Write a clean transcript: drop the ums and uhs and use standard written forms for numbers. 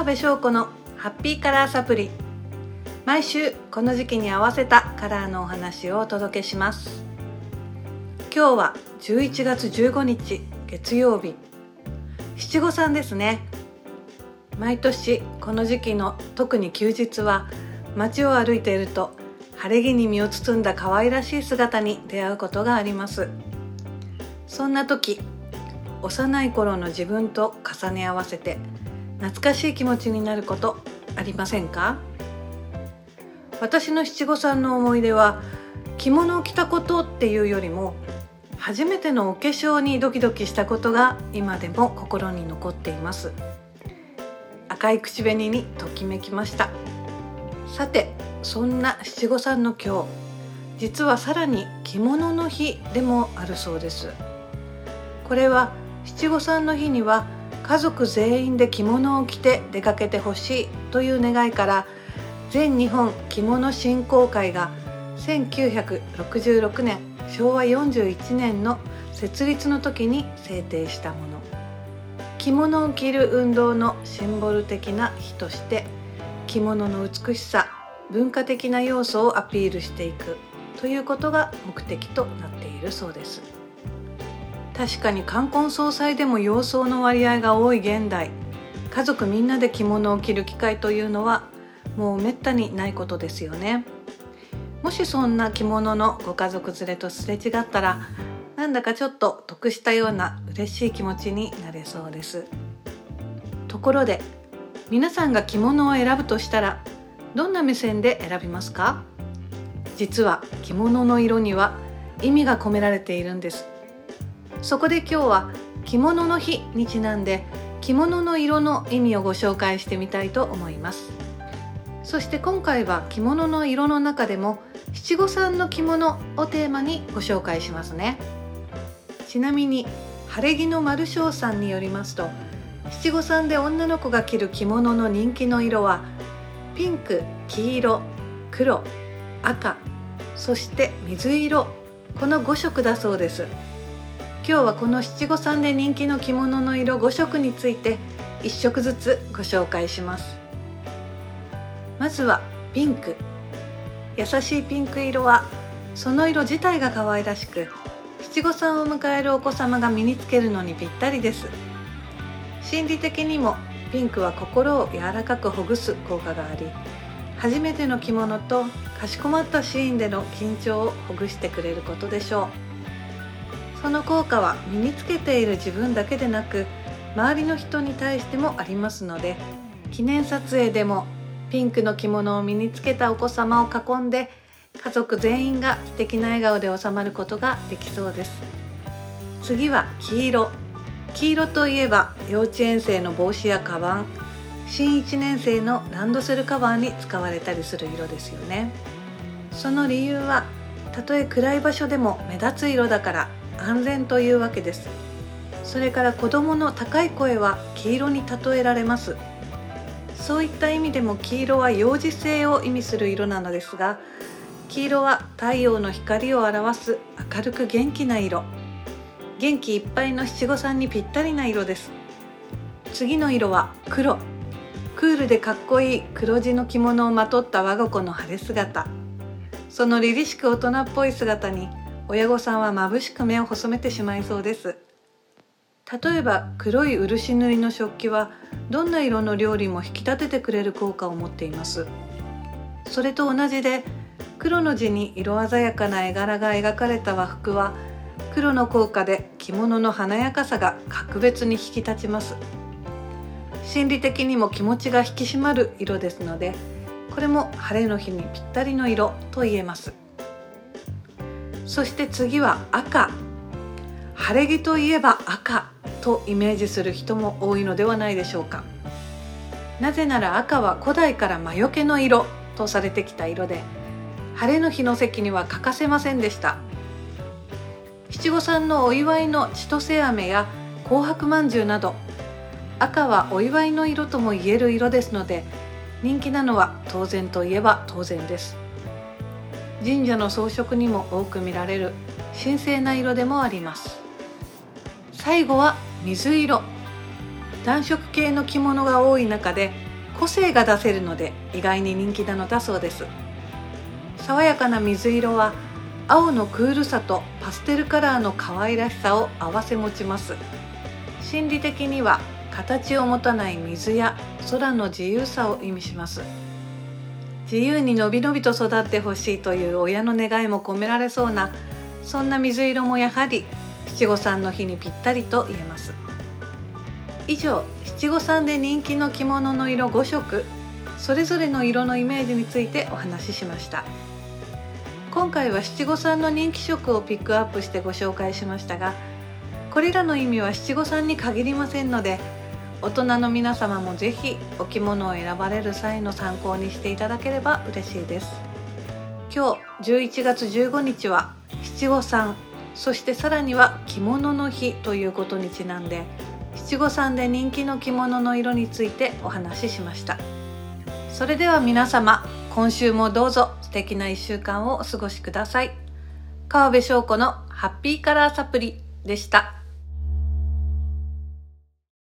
部翔子のハッピーカラーサプリ。毎週この時期に合わせたカラーのお話をお届けします。今日は11月15日月曜日、七五三ですね。毎年この時期の特に休日は街を歩いていると晴れ着に身を包んだ可愛らしい姿に出会うことがあります。そんな時、幼い頃の自分と重ね合わせて懐かしい気持ちになることありませんか？私の七五三の思い出は着物を着たことっていうよりも初めてのお化粧にドキドキしたことが今でも心に残っています。赤い口紅にときめきました。さて、そんな七五三の今日、実はさらに着物の日でもあるそうです。これは七五三の日には家族全員で着物を着て出かけてほしいという願いから全日本着物振興会が1966年昭和41年の設立の時に制定したもの。着物を着る運動のシンボル的な日として着物の美しさ、文化的な要素をアピールしていくということが目的となっているそうです。確かに冠婚葬祭でも洋装の割合が多い現代、家族みんなで着物を着る機会というのはもうめったにないことですよね。もしそんな着物のご家族連れとすれ違ったら、なんだかちょっと得したような嬉しい気持ちになれそうです。ところで、皆さんが着物を選ぶとしたらどんな目線で選びますか？実は着物の色には意味が込められているんです。そこで今日は着物の日にちなんで着物の色の意味をご紹介してみたいと思います。そして今回は着物の色の中でも七五三の着物をテーマにご紹介しますね。ちなみに晴れ着の丸翔さんによりますと、七五三で女の子が着る着物の人気の色はピンク、黄色、黒、赤、そして水色、この5色だそうです。今日はこの七五三で人気の着物の色5色について1色ずつご紹介します。まずはピンク。優しいピンク色はその色自体が可愛らしく、七五三を迎えるお子様が身につけるのにぴったりです。心理的にもピンクは心を柔らかくほぐす効果があり、初めての着物とかしこまったシーンでの緊張をほぐしてくれることでしょう。その効果は身につけている自分だけでなく周りの人に対してもありますので、記念撮影でもピンクの着物を身につけたお子様を囲んで家族全員が素敵な笑顔で収まることができそうです。次は黄色。黄色といえば幼稚園生の帽子やカバン、新1年生のランドセルカバーに使われたりする色ですよね。その理由は、たとえ暗い場所でも目立つ色だから安全というわけです。それから子どもの高い声は黄色に例えられます。そういった意味でも黄色は幼児性を意味する色なのですが、黄色は太陽の光を表す明るく元気な色。元気いっぱいの七五三にぴったりな色です。次の色は黒。クールでかっこいい黒地の着物をまとった我が子の晴れ姿。その凛々しく大人っぽい姿に親御さんは眩しく目を細めてしまいそうです。例えば黒い漆塗りの食器はどんな色の料理も引き立ててくれる効果を持っています。それと同じで、黒の字に色鮮やかな絵柄が描かれた和服は黒の効果で着物の華やかさが格別に引き立ちます。心理的にも気持ちが引き締まる色ですので、これも晴れの日にぴったりの色と言えます。そして次は赤。晴れ着といえば赤とイメージする人も多いのではないでしょうか。なぜなら赤は古代から魔除けの色とされてきた色で、晴れの日の席には欠かせませんでした。七五三のお祝いの千歳飴や紅白まんじゅうなど、赤はお祝いの色とも言える色ですので、人気なのは当然といえば当然です。神社の装飾にも多く見られる神聖な色でもあります。最後は水色。暖色系の着物が多い中で個性が出せるので意外に人気なのだそうです。爽やかな水色は青のクールさとパステルカラーの可愛らしさを併せ持ちます。心理的には形を持たない水や空の自由さを意味します。自由にのびのびと育ってほしいという親の願いも込められそうな、そんな水色もやはり七五三の日にぴったりと言えます。以上、七五三で人気の着物の色5色、それぞれの色のイメージについてお話ししました。今回は七五三の人気色をピックアップしてご紹介しましたが、これらの意味は七五三に限りませんので、大人の皆様もぜひお着物を選ばれる際の参考にしていただければ嬉しいです。今日11月15日は七五三、そしてさらには着物の日ということにちなんで、七五三で人気の着物の色についてお話ししました。それでは皆様、今週もどうぞ素敵な1週間をお過ごしください。川辺翔子のハッピーカラーサプリでした。